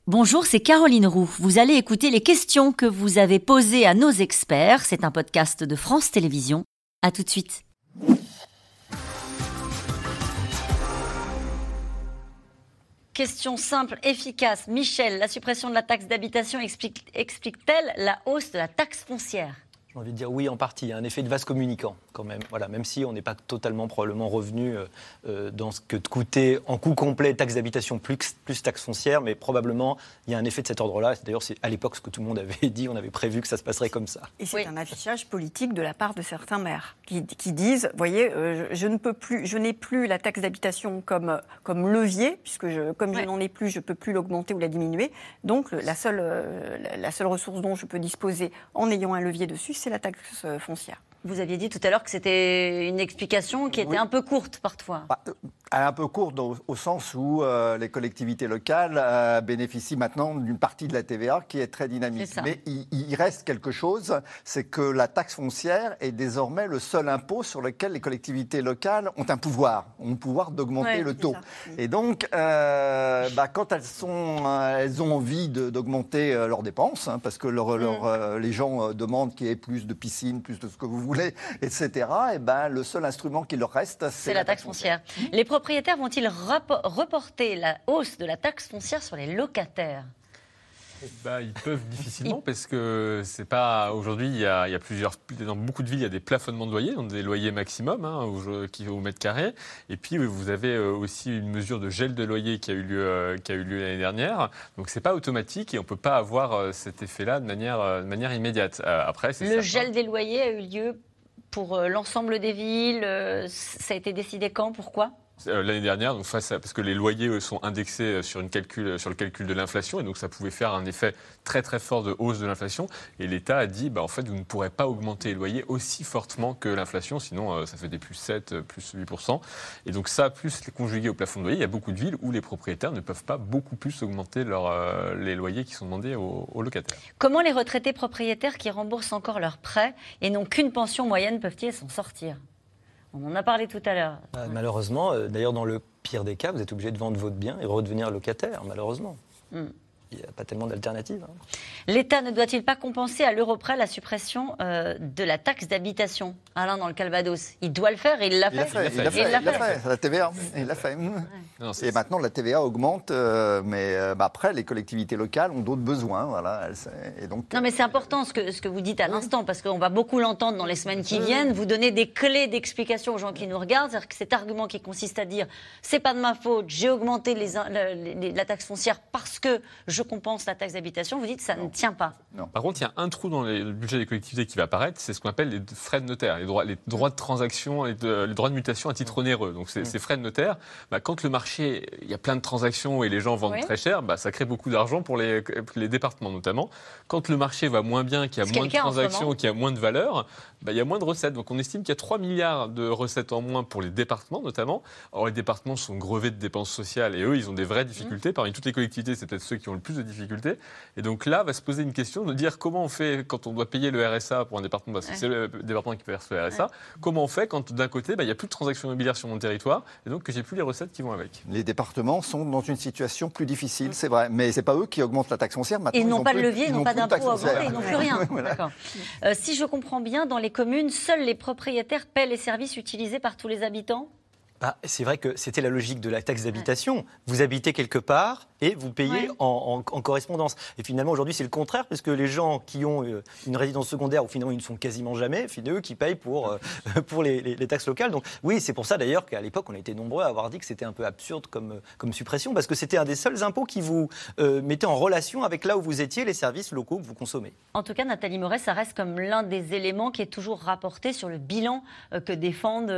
Bonjour, c'est Caroline Roux. Vous allez écouter les questions que vous avez posées à nos experts. C'est un podcast de France Télévisions. À tout de suite. Question simple, efficace. Michel, la suppression de la taxe d'habitation explique-t-elle la hausse de la taxe foncière ? J'ai envie de dire oui en partie, il y a un effet de vase communicant quand même. Voilà, même si on n'est pas totalement probablement revenu dans ce que coûtait en coût complet taxe d'habitation plus taxe foncière, mais probablement il y a un effet de cet ordre-là. D'ailleurs, c'est à l'époque ce que tout le monde avait dit, on avait prévu que ça se passerait comme ça. Et c'est un affichage politique de la part de certains maires qui disent, voyez, je n'ai plus la taxe d'habitation comme levier, puisque je n'en ai plus, je ne peux plus l'augmenter ou la diminuer. Donc la seule ressource dont je peux disposer en ayant un levier dessus, c'est la taxe foncière. Vous aviez dit tout à l'heure que c'était une explication qui était un peu courte parfois. Elle est un peu courte au sens où les collectivités locales bénéficient maintenant d'une partie de la TVA qui est très dynamique. Mais il reste quelque chose, c'est que la taxe foncière est désormais le seul impôt sur lequel les collectivités locales ont un pouvoir d'augmenter le taux. Et donc, quand elles ont envie d'augmenter leurs dépenses, parce que les gens demandent qu'il y ait plus de piscines, plus de ce que vous voulez, etc., et le seul instrument qui leur reste, c'est la taxe foncière. Les propriétaires vont-ils reporter la hausse de la taxe foncière sur les locataires ? Ils peuvent difficilement parce que c'est pas aujourd'hui il y a dans beaucoup de villes il y a des plafonnements de loyers, donc des loyers maximum au mètre carré, et puis vous avez aussi une mesure de gel de loyer qui a eu lieu l'année dernière, donc c'est pas automatique et on peut pas avoir cet effet-là de manière immédiate. Après le gel des loyers a eu lieu pour l'ensemble des villes, ça a été décidé quand, pourquoi ? L'année dernière, donc parce que les loyers sont indexés sur le calcul de l'inflation, et donc ça pouvait faire un effet très très fort de hausse de l'inflation. Et l'État a dit, en fait, vous ne pourrez pas augmenter les loyers aussi fortement que l'inflation, sinon ça fait des plus 7, plus 8%. Et donc ça, plus les conjugués au plafond de loyer, il y a beaucoup de villes où les propriétaires ne peuvent pas beaucoup plus augmenter les loyers qui sont demandés aux locataires. Comment les retraités propriétaires qui remboursent encore leurs prêts et n'ont qu'une pension moyenne peuvent-ils s'en sortir ? On en a parlé tout à l'heure. Malheureusement, d'ailleurs, dans le pire des cas, vous êtes obligé de vendre votre bien et redevenir locataire, malheureusement. Il n'y a pas tellement d'alternatives. L'État ne doit-il pas compenser à l'euro près la suppression de la taxe d'habitation ? Alain, dans le Calvados, il doit le faire et il l'a fait. Il l'a fait. La TVA, il l'a fait. Non, et maintenant, la TVA augmente, mais après, les collectivités locales ont d'autres besoins. Voilà, et donc, non, mais c'est important ce que vous dites à l'instant, parce qu'on va beaucoup l'entendre dans les semaines qui viennent. Vous donnez des clés d'explication aux gens qui nous regardent. C'est-à-dire que cet argument qui consiste à dire « c'est pas de ma faute, j'ai augmenté la taxe foncière parce que je compense la taxe d'habitation », vous dites que ça ne tient pas. Non. Par contre, il y a un trou dans le budget des collectivités qui va apparaître, c'est ce qu'on appelle les frais de notaire, les droits de transaction, les droits de mutation à titre onéreux. Donc ces frais de notaire, quand le marché, il y a plein de transactions et les gens vendent très cher, ça crée beaucoup d'argent pour les départements notamment. Quand le marché va moins bien, qu'il y a moins de transactions, qu'il y a moins de valeur, il y a moins de recettes. Donc on estime qu'il y a 3 milliards de recettes en moins pour les départements notamment. Or les départements sont grevés de dépenses sociales et eux, ils ont des vraies difficultés. Parmi toutes les collectivités, c'est peut-être ceux qui ont le plus de difficultés. Et donc là, va se poser une question de dire comment on fait quand on doit payer le RSA pour un département, parce que c'est le département qui verse le RSA. Comment on fait quand d'un côté, il n'y a plus de transactions immobilières sur mon territoire et donc que j'ai plus les recettes qui vont avec. Les départements sont dans une situation plus difficile, c'est vrai. Mais ce n'est pas eux qui augmentent la taxe foncière. Maintenant, ils n'ont pas de levier, ils n'ont pas d'impôt à augmenter, ils n'ont plus rien. Voilà. D'accord. Si je comprends bien, dans les communes, seuls les propriétaires paient les services utilisés par tous les habitants ? C'est vrai que c'était la logique de la taxe d'habitation. Vous habitez quelque part et vous payez en correspondance. Et finalement, aujourd'hui, c'est le contraire, parce que les gens qui ont une résidence secondaire, où finalement ils ne sont quasiment jamais, c'est eux qui payent pour les taxes locales. Donc oui, c'est pour ça d'ailleurs qu'à l'époque, on a été nombreux à avoir dit que c'était un peu absurde comme suppression, parce que c'était un des seuls impôts qui vous mettait en relation avec là où vous étiez, les services locaux que vous consommez. En tout cas, Nathalie Moret, ça reste comme l'un des éléments qui est toujours rapporté sur le bilan que défendent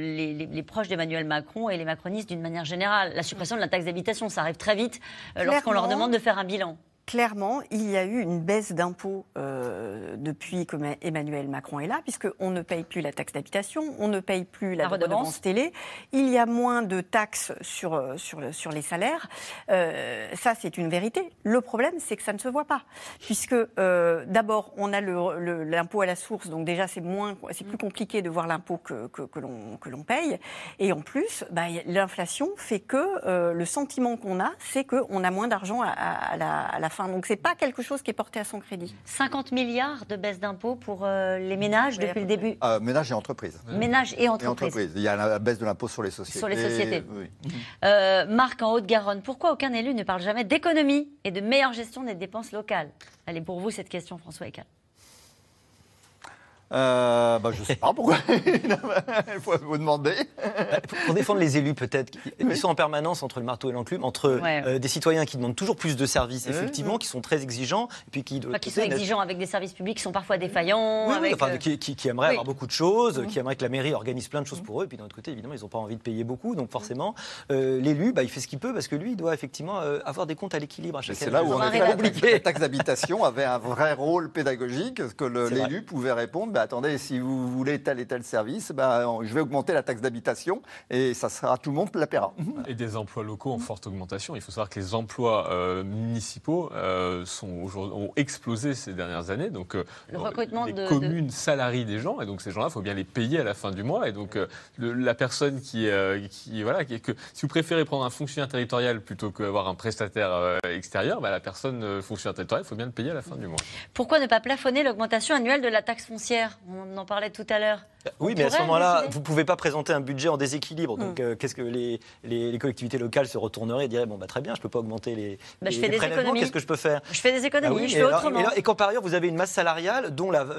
les proches d'Emmanuel Macron et les macronistes d'une manière générale. La suppression de la taxe d'habitation, ça arrive très vite lorsqu'on leur demande de faire un bilan. clairement, il y a eu une baisse d'impôts depuis que Emmanuel Macron est là, puisqu'on ne paye plus la taxe d'habitation, on ne paye plus la redevance télé, il y a moins de taxes sur les salaires. Ça, c'est une vérité. Le problème, c'est que ça ne se voit pas, puisque d'abord, on a l'impôt à la source, donc déjà, c'est plus compliqué de voir l'impôt que l'on paye. Et en plus, l'inflation fait que le sentiment qu'on a, c'est qu'on a moins d'argent à la fin. Donc, ce n'est pas quelque chose qui est porté à son crédit. 50 milliards de baisse d'impôts pour les ménages depuis le début. Ménages et entreprises. Ménages et entreprises. Il y a la baisse de l'impôt sur les sociétés. Sur les sociétés. Oui. Marc, en Haute-Garonne, pourquoi aucun élu ne parle jamais d'économie et de meilleure gestion des dépenses locales? Allez, pour vous, cette question, François Heckel. Je ne sais pas pourquoi. Il faut vous demander. Pour défendre les élus, peut-être. Ils sont en permanence entre le marteau et l'enclume, entre des citoyens qui demandent toujours plus de services, effectivement, qui sont très exigeants. Et puis qui sont exigeants avec des services publics qui sont parfois défaillants. Qui aimeraient avoir beaucoup de choses, qui aimeraient que la mairie organise plein de choses pour eux. Et puis d'un autre côté, évidemment, ils n'ont pas envie de payer beaucoup. Donc forcément, l'élu, il fait ce qu'il peut parce que lui, il doit effectivement avoir des comptes à l'équilibre à chaque année. C'est là où on est compliqué. La taxe d'habitation avait un vrai rôle pédagogique, que l'élu pouvait répondre. Attendez, si vous voulez tel et tel service, je vais augmenter la taxe d'habitation et ça sera, tout le monde la paiera. Et des emplois locaux en forte augmentation. Il faut savoir que les emplois municipaux ont explosé ces dernières années. Donc, le recrutement les communes salarient des gens et donc ces gens-là, il faut bien les payer à la fin du mois. Et donc, la personne si vous préférez prendre un fonctionnaire territorial plutôt qu'avoir un prestataire extérieur, la personne fonctionnaire territorial, il faut bien le payer à la fin du mois. Pourquoi ne pas plafonner l'augmentation annuelle de la taxe foncière ? On en parlait tout à l'heure. Oui, mais à ce moment-là, vous ne pouvez pas présenter un budget en déséquilibre. Donc, qu'est-ce que les collectivités locales se retourneraient et diraient très bien, je ne peux pas augmenter les prélèvements, qu'est-ce que je peux faire ? Je fais des économies, je fais autrement. Et quand par ailleurs, vous avez une masse salariale dont la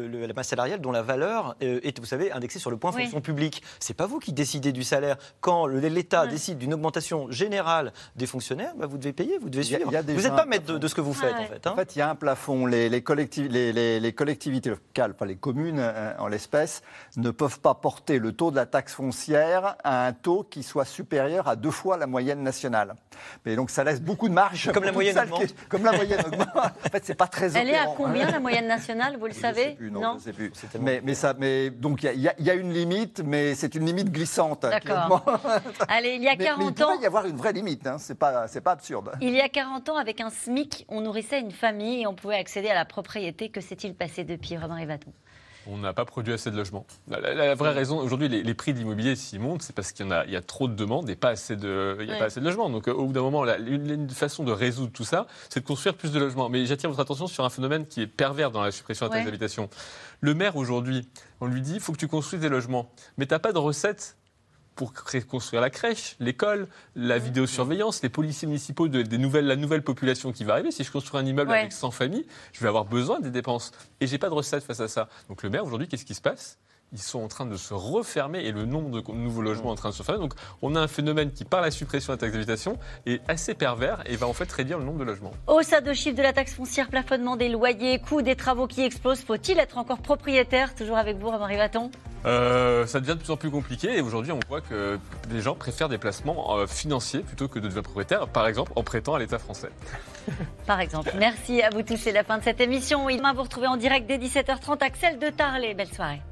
valeur est, vous savez, indexée sur le point fonction publique. Ce n'est pas vous qui décidez du salaire. Quand l'État décide d'une augmentation générale des fonctionnaires, vous devez payer, vous devez suivre. Vous n'êtes pas maître de ce que vous faites, en fait. En fait, il y a un plafond. Les collectivités locales, pas les communes en l'espèce, ne peuvent pas porter le taux de la taxe foncière à un taux qui soit supérieur à 2 fois la moyenne nationale. Mais donc ça laisse beaucoup de marge. Comme la moyenne augmente. Comme la moyenne augmente. En fait, c'est pas très opérant. Elle est à combien la moyenne nationale, vous le savez ? Je ne sais plus. Mais donc il y a une limite, mais c'est une limite glissante. D'accord. Allez, il y a 40 ans. Il pourrait y avoir une vraie limite. C'est pas absurde. Il y a 40 ans, avec un SMIC, on nourrissait une famille et on pouvait accéder à la propriété. Que s'est-il passé depuis, Robin Rivaton ? On n'a pas produit assez de logements. La vraie raison, aujourd'hui, les prix de l'immobilier, s'ils montent, c'est parce qu'il y a trop de demandes et pas assez de logements. Donc, au bout d'un moment, une façon de résoudre tout ça, c'est de construire plus de logements. Mais j'attire votre attention sur un phénomène qui est pervers dans la suppression de la taxe d'habitation. Le maire, aujourd'hui, on lui dit, il faut que tu construises des logements. Mais tu n'as pas de recettes pour construire la crèche, l'école, la vidéosurveillance, les policiers municipaux, la nouvelle population qui va arriver. Si je construis un immeuble avec 100 familles, je vais avoir besoin des dépenses. Et je n'ai pas de recettes face à ça. Donc le maire, aujourd'hui, qu'est-ce qui se passe ? Ils sont en train de se refermer et le nombre de nouveaux logements est en train de se fermer. Donc on a un phénomène qui, par la suppression de la taxe d'habitation, est assez pervers et va en fait réduire le nombre de logements. Hausse à 2 chiffres de la taxe foncière, plafonnement des loyers, coût des travaux qui explosent. Faut-il être encore propriétaire ? Toujours avec vous, Robin Rivaton ? Ça devient de plus en plus compliqué et aujourd'hui on voit que les gens préfèrent des placements financiers plutôt que de devenir propriétaire, par exemple en prêtant à l'État français. Par exemple. Merci à vous tous, c'est la fin de cette émission. Demain vous retrouvez en direct dès 17h30 Axel de Tarlet. Belle soirée.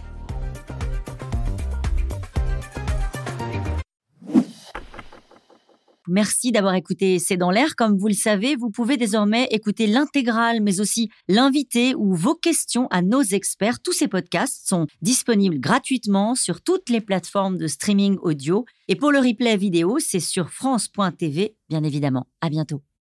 Merci d'avoir écouté C'est dans l'air. Comme vous le savez, vous pouvez désormais écouter l'intégrale, mais aussi l'invité ou vos questions à nos experts. Tous ces podcasts sont disponibles gratuitement sur toutes les plateformes de streaming audio. Et pour le replay vidéo, c'est sur France.tv, bien évidemment. À bientôt.